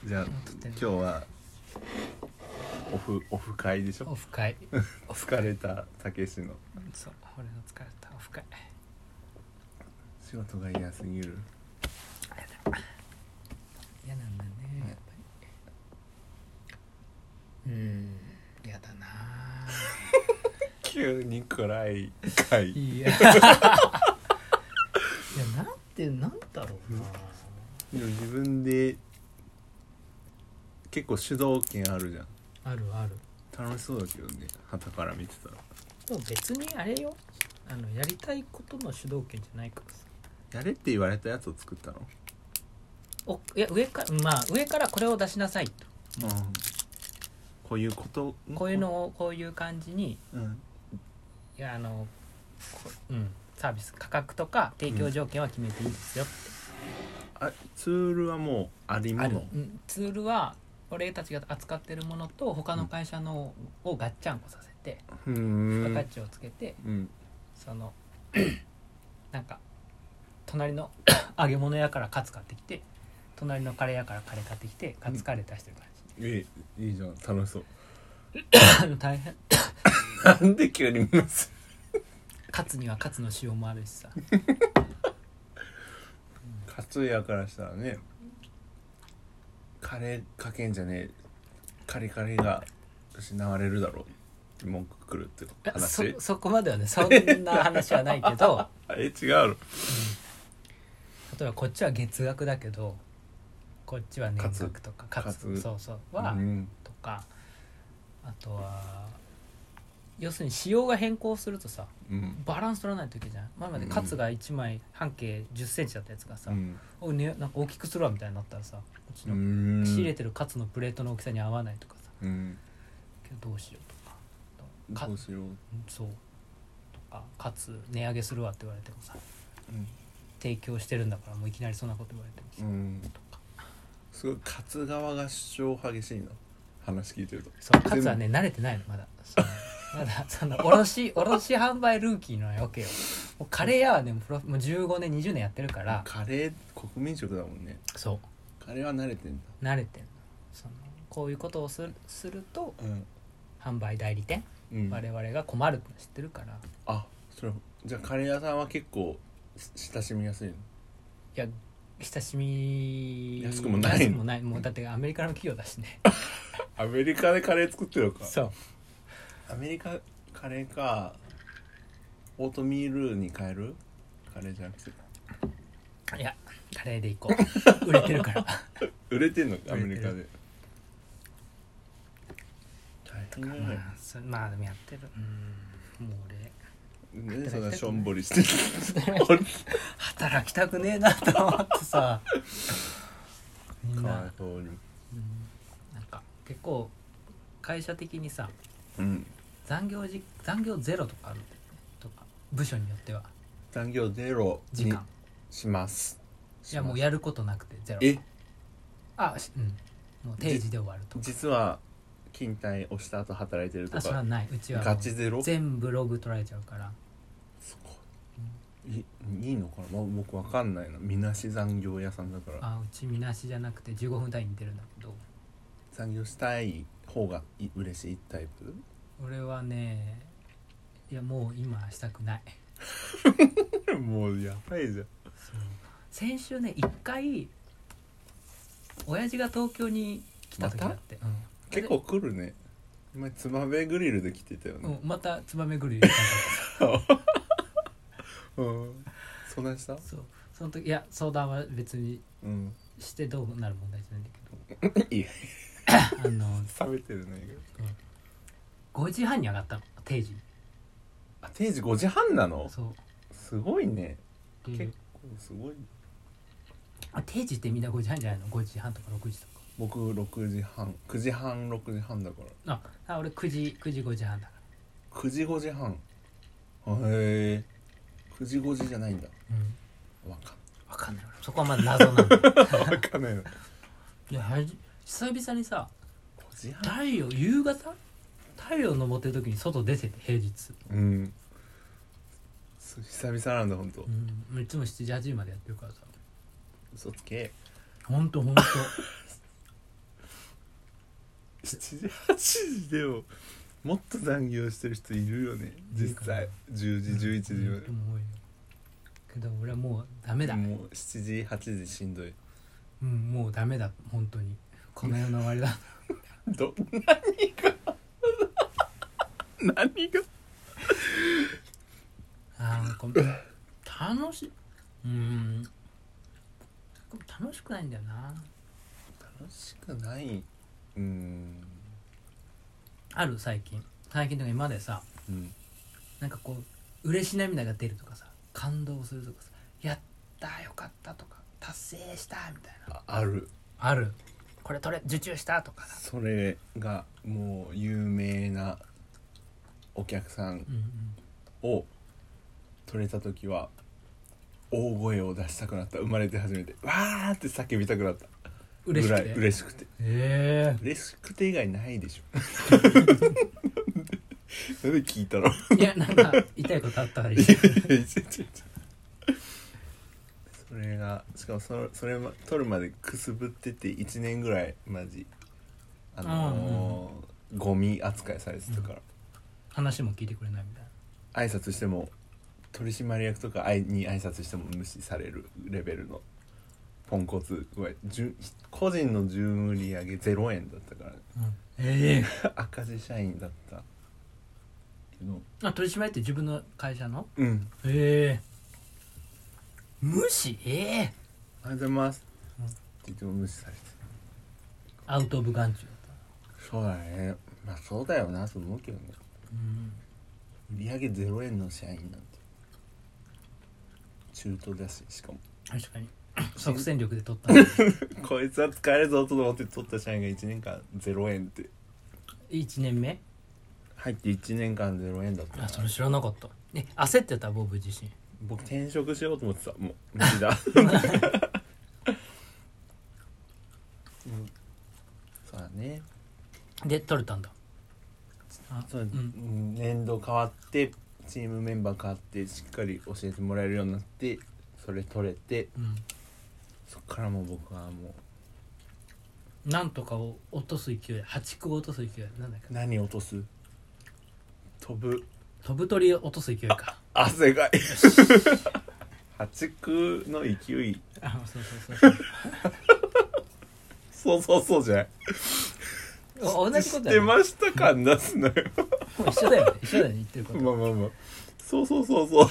じゃあ今日はオフ会でしょ。 オフ会疲れたたけしのそう、俺の疲れたオフ会。 仕事が嫌すぎる。 嫌なんだね、やっぱり。嫌だな急に暗い会。 いやいや、なんだろうな。 でも自分で結構主導権あるじゃん。 あるある。 楽しそうだけどね、傍から見てたら。 でも別にあれよ、やりたいことの主導権じゃないからさ。 やれって言われたやつを作ったの。 いや、上からこれを出しなさいと、 こういうことこういうのをこういう感じに、いやサービス価格とか提供条件は決めていいですよって、 ツールはもうありもの。 ツールは俺たちが扱ってるものと他の会社のをガッチャンコさせて、付加価値をつけて、そのなんか隣の揚げ物屋からカツ買ってきて、隣のカレー屋からカレー買ってきて、カツカレー出してる感じ。 いいじゃん、楽しそう。 大変。 なんで急にむずカツにはカツの塩もあるしさ。 カツ屋からしたらね、カレーかけんじゃねえ、カリカリが失われるだろうって文句くるって話。 そこまではね、そんな話はないけど違うの、 例えばこっちは月額だけどこっちは年額とかカツそうは、とか、あとは要するに仕様が変更するとさ、バランス取らないといけないじゃん。前までカツが1枚半径10センチだったやつがさ、なんか大きくするわみたいになったらさ、うちの仕入れてるカツのプレートの大きさに合わないとかさ、けどどうしようとか、 どうしようそうとか、カツ値上げするわって言われてもさ、提供してるんだからもういきなりそんなこと言われてもさ、とか。 すごいカツ側が主張激しいの、話聞いてると。 そう、カツはね慣れてないのまだ。まだその卸販売ルーキーのわけよ。もうカレー屋はねもう15年20年やってるから。 カレー国民食だもんね。 そう、 カレーは慣れてんだ。 慣れてんの。こういうことをすると、販売代理店、我々が困るって知ってるから。 それじゃあカレー屋さんは結構親しみやすいの？いや、親しみ安くもないもうだってアメリカの企業だしね。 アメリカでカレー作ってるのか。 そう、 アメリカカレーか。オートミールに変える？カレーじゃなくて。 いや、カレーでいこう。売れてるから売れてんのかアメリカで。大変じゃない？ まあでもやってる。もう俺そんなしょんぼりしてる働きたくねえなと思ってさ、みんななんか結構会社的にさ、残業ゼロとかあるんだよね、とか部署によっては残業ゼロにします。 いやもうやることなくてゼロ。もう定時で終わるとか。実は勤怠押した後働いてるとか。 それはない。うちはガチゼロ、 全部ログ取られちゃうから。 いいのかな、僕わかんないな。みなし残業屋さんだから。 うちみなしじゃなくて15分単位に出るんだけど。 残業したい方が嬉しいタイプ？ 俺はね、いやもう今したくないもうやばいじゃん。 先週ね1回親父が東京に来た時があって、 結構来るね。今つばめグリルで来てたよね。 またつばめグリルで来た相談した？ そう、その時いや相談は別にしてどうなる問題じゃないんだけど、 いい冷めてるね。 5時半に上がったの、定時。 定時5時半なの？ そう、 すごいね。結構すごい。 定時ってみんな5時半じゃないの？5時半とか6時とか。 僕6時半、9時半6時半だから。 俺9時5時半だから。9時5時半。へえ。9時5時じゃないんだ。わかんない。そこはまだ謎なんだわかんないの。 いや久々にさ、 5時半夕方太陽昇ってる時に外出てて、平日。 久々なんだほんと。 いつも7時8時までやってるからさ。 嘘つけ。 ほんと 7時8時でももっと残業してる人いるよね実際10時11時まで、 けど俺はもうダメだ、 もう7時8時しんどい。 もうダメだ本当にこの世の終わりだ何が何がなんか楽しい楽しくないんだよな。 楽しくない。 ある最近とか今までさ、なんかこう嬉し涙が出るとかさ、感動するとかさ、やったーよかったとか達成したみたいな、 あるこれ受注したとかさ、 それがもう有名なお客さんを取れた時は大声を出したくなった。生まれて初めてわーって叫びたくなったぐらい嬉しくて嬉しくて以外ないでしょなんで聞いたのいやなんか痛いことあったからいいそれがしかもそれ取るまでくすぶってて1年ぐらいマジゴミ扱いされてたから、 話も聞いてくれないみたいな。挨拶しても取締役とかに挨拶しても無視されるレベルのポンコツ。個人の純売り上げ0円だったからね、赤字社員だったけど。 取締役って自分の会社の？無視？ おはようございますって言っても無視されてアウトオブ眼中だった。 そうだね。まあそうだよなと思うけどね。売り上げ0円の社員なんて中途だし、しかも確かに即戦力で取ったこいつは使えるぞと思って取った社員が1年間0円って。 1年目入って1年間0円だった。 それ知らなかった。焦ってたボブ自身。 僕転職しようと思ってた。もう無理だそうだね。 で取れたんだ。 年度変わってチームメンバー変わってしっかり教えてもらえるようになって、それ取れて、そっからもう僕はもうなんとかを落とす勢い、破竹を落とす勢い、なんだっけ。 何落とす？飛ぶ鳥を落とす勢いか。 正解破竹の勢い。そうじゃない。 同じことだよね。 知ってました感出すのよ一緒だよね言ってること。 まあそう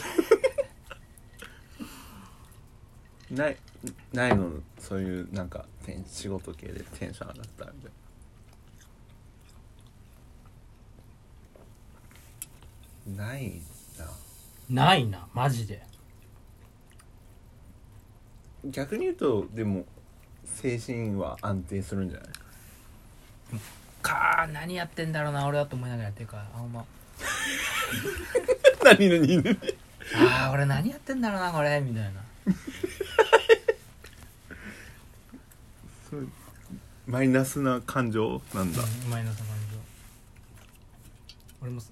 ないの、そういうなんか仕事系でテンション上がったみたいな。 ないなマジで。 逆に言うとでも精神は安定するんじゃない？ 何やってんだろうな俺はと思いながらやってるから。 何俺何やってんだろうなこれみたいなそうマイナスな感情なんだ。 マイナスな感情。俺も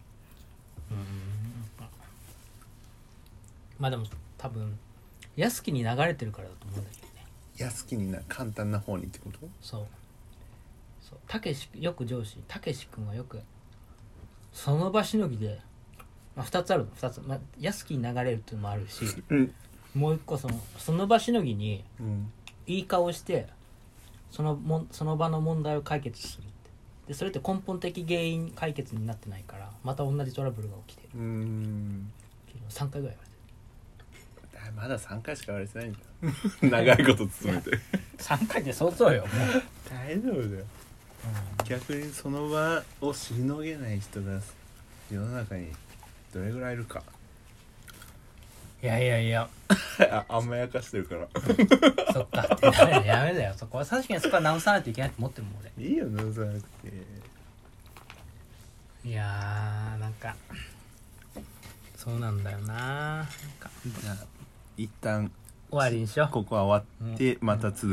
まあでも多分安きに流れてるからだと思うんだけどね。 安きに簡単な方にってこと？ そうたけしよく上司たけし君はよくその場しのぎで、2つあるの。2つ、安きに流れるっていうのもあるし、もう一個その場しのぎにいい顔してその場の問題を解決するって。でそれって根本的原因解決になってないからまた同じトラブルが起きてる。3回ぐらい言われてる。 まだ3回しか言われてないんだ長いこと勤めて 3回で相当よもう大丈夫だよ。逆にその場をしのげない人が世の中にどれぐらいいるか。 いや甘やかしてるからそっかってやめだよ。そこは確かにそこは直さないといけないと思ってるもん俺。 いいよ直さなくて。 いやなんかそうなんだよな。 じゃあ一旦終わりにしよう。 ここは終わって、また続